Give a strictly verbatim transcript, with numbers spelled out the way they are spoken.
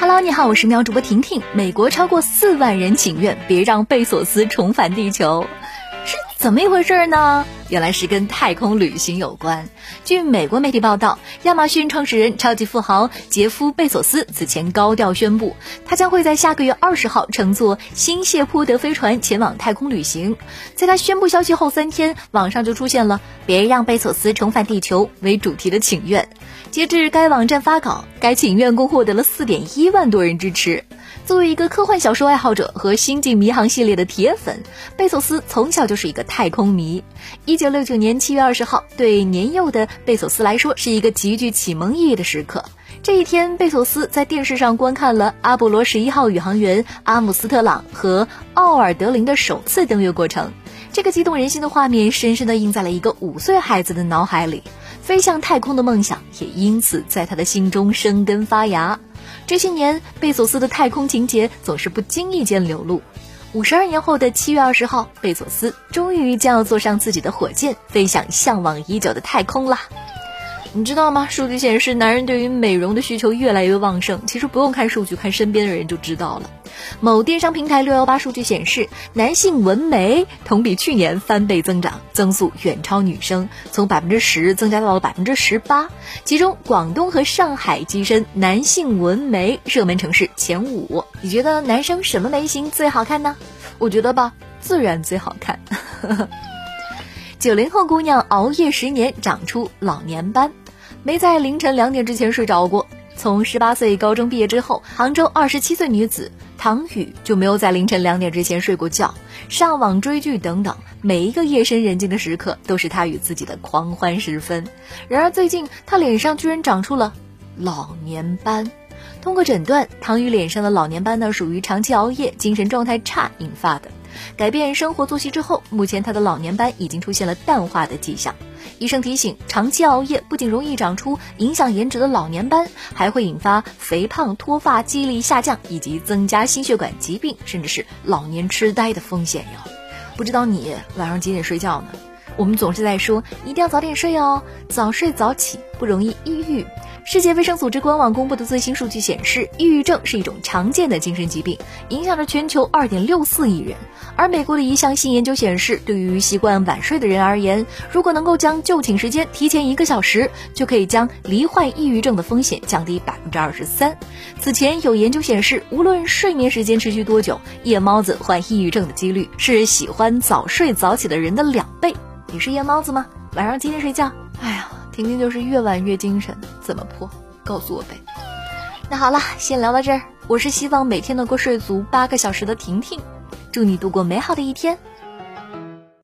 Hello， 你好，我是喵主播婷婷。美国超过四万人请愿，别让贝索斯重返地球，是怎么一回事呢？原来是跟太空旅行有关。据美国媒体报道，亚马逊创始人、超级富豪杰夫·贝索斯此前高调宣布，他将会在下个月二十号乘坐新谢泼德飞船前往太空旅行。在他宣布消息后三天，网上就出现了“别让贝索斯重返地球”为主题的请愿。截至该网站发稿，该请愿共获得了 四点一万多人支持。作为一个科幻小说爱好者和星际迷航系列的铁粉，贝索斯从小就是一个太空迷。一九六九年七月二十号，对年幼的贝索斯来说是一个极具启蒙意义的时刻。这一天，贝索斯在电视上观看了阿波罗十一号宇航员阿姆斯特朗和奥尔德林的首次登月过程。这个激动人心的画面深深地印在了一个五岁孩子的脑海里，飞向太空的梦想也因此在他的心中生根发芽。这些年，贝索斯的太空情节总是不经意间流露。五十二年后的七月二十号，贝索斯终于将要坐上自己的火箭，飞向向往已久的太空啦。你知道吗？数据显示，男人对于美容的需求越来越旺盛。其实不用看数据，看身边的人就知道了。某电商平台六一八数据显示，男性纹眉同比去年翻倍增长，增速远超女生，从 百分之十 增加到了 百分之十八。其中广东和上海跻身男性纹眉热门城市前五。你觉得男生什么眉型最好看呢？我觉得吧，自然最好看。九零后姑娘熬夜十年长出老年斑，没在凌晨两点之前睡着过。从十八岁高中毕业之后，杭州二十七岁女子唐雨就没有在凌晨两点之前睡过觉，上网追剧等等，每一个夜深人静的时刻都是她与自己的狂欢时分。然而最近她脸上居然长出了老年斑。通过诊断，唐雨脸上的老年斑呢，属于长期熬夜、精神状态差引发的。改变生活作息之后，目前她的老年斑已经出现了淡化的迹象。医生提醒，长期熬夜不仅容易长出影响颜值的老年斑，还会引发肥胖、脱发、记忆力下降，以及增加心血管疾病，甚至是老年痴呆的风险哟。不知道你晚上几点睡觉呢？我们总是在说一定要早点睡哦，早睡早起不容易抑郁。世界卫生组织官网公布的最新数据显示，抑郁症是一种常见的精神疾病，影响着全球 二点六四亿人。而美国的一项新研究显示，对于习惯晚睡的人而言，如果能够将就寝时间提前一个小时，就可以将罹患抑郁症的风险降低 百分之二十三。此前有研究显示，无论睡眠时间持续多久，夜猫子患抑郁症的几率是喜欢早睡早起的人的两倍。你是夜猫子吗？晚上几点睡觉？哎呀，婷婷就是越晚越精神，怎么破？告诉我呗。那好了，先聊到这儿。我是希望每天能够睡足八个小时的婷婷，祝你度过美好的一天。